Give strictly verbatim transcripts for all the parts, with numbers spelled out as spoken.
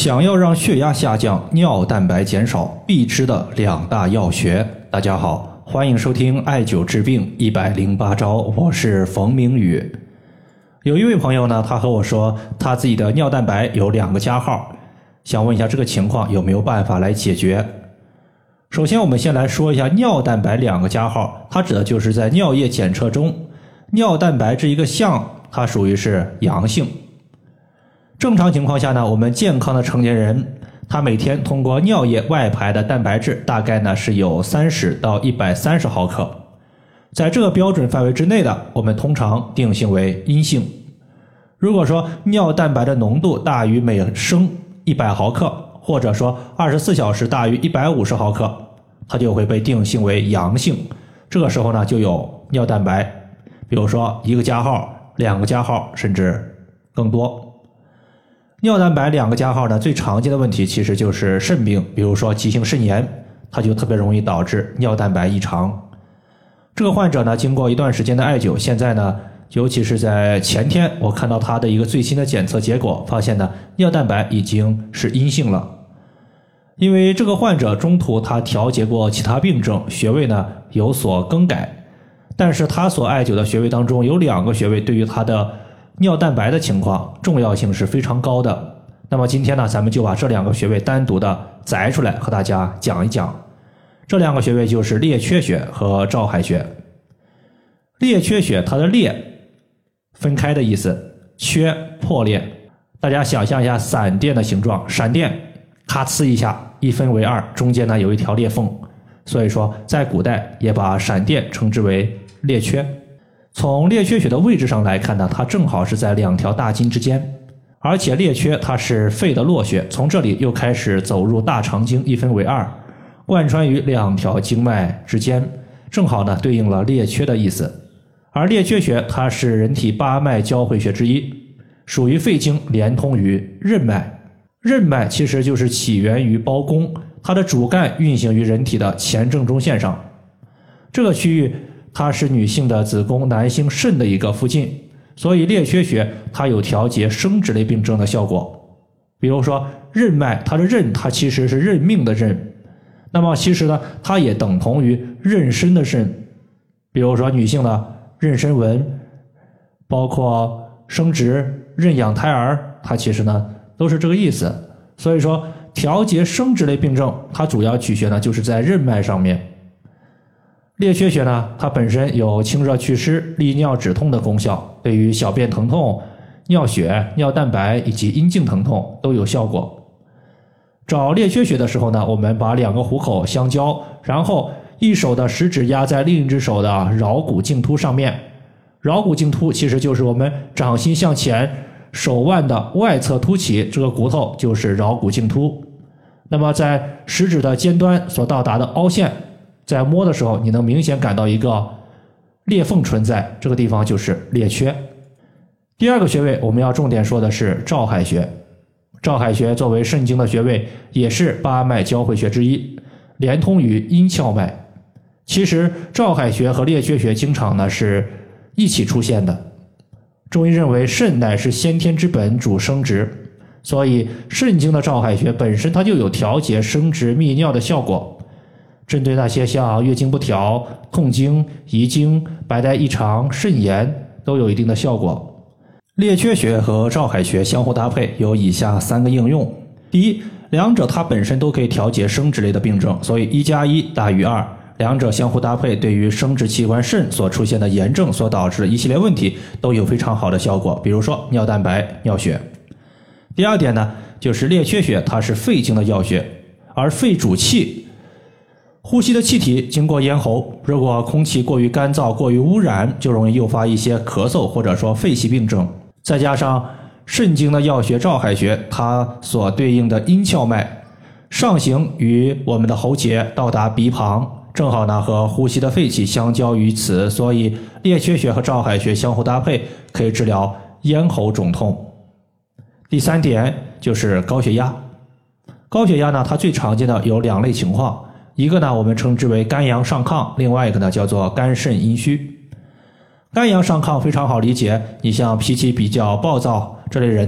想要让血压下降、尿蛋白减少，必吃的两大药学。大家好，欢迎收听艾灸治病一百零八招，我是冯明宇。有一位朋友呢，他和我说他自己的尿蛋白有两个加号，想问一下这个情况有没有办法来解决。首先我们先来说一下尿蛋白两个加号，它指的就是在尿液检测中，尿蛋白这一个项它属于是阳性。正常情况下呢，我们健康的成年人，他每天通过尿液外排的蛋白质大概呢是有三十到一百三十毫克，在这个标准范围之内的，我们通常定性为阴性。如果说尿蛋白的浓度大于每升一百毫克，或者说二十四小时大于一百五十毫克，它就会被定性为阳性。这个时候呢，就有尿蛋白，比如说一个加号、两个加号，甚至更多。尿蛋白两个加号呢，最常见的问题其实就是肾病，比如说急性肾炎，它就特别容易导致尿蛋白异常。这个患者呢，经过一段时间的艾灸，现在呢，尤其是在前天，我看到他的一个最新的检测结果，发现呢，尿蛋白已经是阴性了。因为这个患者中途他调节过其他病症，穴位呢有所更改，但是他所艾灸的穴位当中有两个穴位对于他的尿蛋白的情况重要性是非常高的。那么今天呢，咱们就把这两个穴位单独的摘出来和大家讲一讲。这两个穴位就是列缺穴和照海穴。列缺穴它的列分开的意思，缺破裂。大家想象一下闪电的形状，闪电咔呲一下一分为二，中间呢有一条裂缝，所以说在古代也把闪电称之为列缺。从列缺穴的位置上来看呢，它正好是在两条大筋之间，而且列缺它是肺的络穴，从这里又开始走入大肠经一分为二，贯穿于两条经脉之间，正好呢对应了列缺的意思。而列缺穴它是人体八脉交汇穴之一，属于肺经，连通于任脉。任脉其实就是起源于胞宫，它的主干运行于人体的前正中线上，这个区域它是女性的子宫、男性肾的一个附近，所以列缺穴它有调节生殖类病症的效果。比如说任脉，它的任它其实是任命的任，那么其实呢，它也等同于妊娠的娠。比如说女性的妊娠纹，包括生殖、妊养胎儿，它其实呢都是这个意思。所以说调节生殖类病症，它主要取穴呢就是在任脉上面。列缺穴呢，它本身有清热祛湿、利尿止痛的功效，对于小便疼痛、尿血、尿蛋白以及阴茎疼痛都有效果。找列缺穴的时候呢，我们把两个虎口相交，然后一手的食指压在另一只手的桡骨茎突上面。桡骨茎突其实就是我们掌心向前手腕的外侧凸起，这个骨头就是桡骨茎突。那么在食指的尖端所到达的凹陷，在摸的时候你能明显感到一个裂缝存在，这个地方就是列缺。第二个穴位我们要重点说的是照海穴。照海穴作为肾经的穴位，也是八脉交汇穴之一，连通于阴窍脉。其实照海穴和列缺穴经常呢是一起出现的。中医认为肾乃是先天之本，主生殖，所以肾经的照海穴本身它就有调节生殖泌尿的效果，针对那些像月经不调、痛经、遗精、白带异常、肾炎都有一定的效果。列缺穴和照海穴相互搭配有以下三个应用。第一，两者它本身都可以调节生殖类的病症，所以一加一大于二，两者相互搭配，对于生殖器官肾所出现的炎症所导致的一系列问题都有非常好的效果，比如说尿蛋白、尿血。第二点呢，就是列缺穴它是肺经的要穴，而肺主气，呼吸的气体经过咽喉，如果空气过于干燥、过于污染，就容易诱发一些咳嗽或者说肺系病症。再加上肾经的要穴照海穴，它所对应的阴窍脉上行于我们的喉结，到达鼻旁，正好呢和呼吸的肺气相交于此，所以列缺穴和照海穴相互搭配，可以治疗咽喉肿痛。第三点就是高血压。高血压呢，它最常见的有两类情况，一个呢我们称之为肝阳上亢，另外一个呢叫做肝肾阴虚。肝阳上亢非常好理解，你像脾气比较暴躁这类人呢，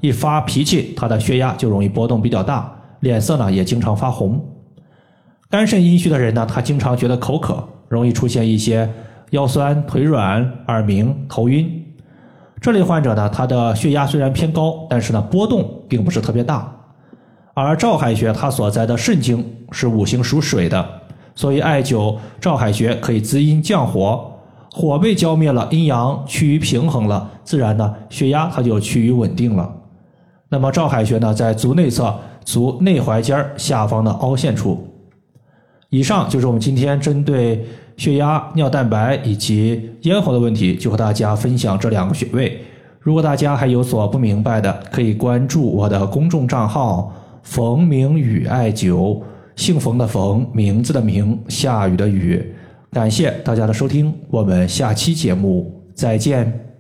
一发脾气，他的血压就容易波动比较大，脸色呢也经常发红。肝肾阴虚的人呢，他经常觉得口渴，容易出现一些腰酸、腿软、耳鸣、头晕。这类患者呢，他的血压虽然偏高，但是呢波动并不是特别大。而照海穴它所在的肾经是五行属水的，所以艾灸照海穴可以滋阴降火，火被浇灭了，阴阳趋于平衡了，自然呢血压它就趋于稳定了。那么照海穴呢，在足内侧足内踝尖下方的凹陷处。以上就是我们今天针对血压、尿蛋白以及咽喉的问题，就和大家分享这两个穴位。如果大家还有所不明白的，可以关注我的公众账号冯明宇艾灸，姓冯的冯，名字的名，下雨的雨。感谢大家的收听，我们下期节目再见。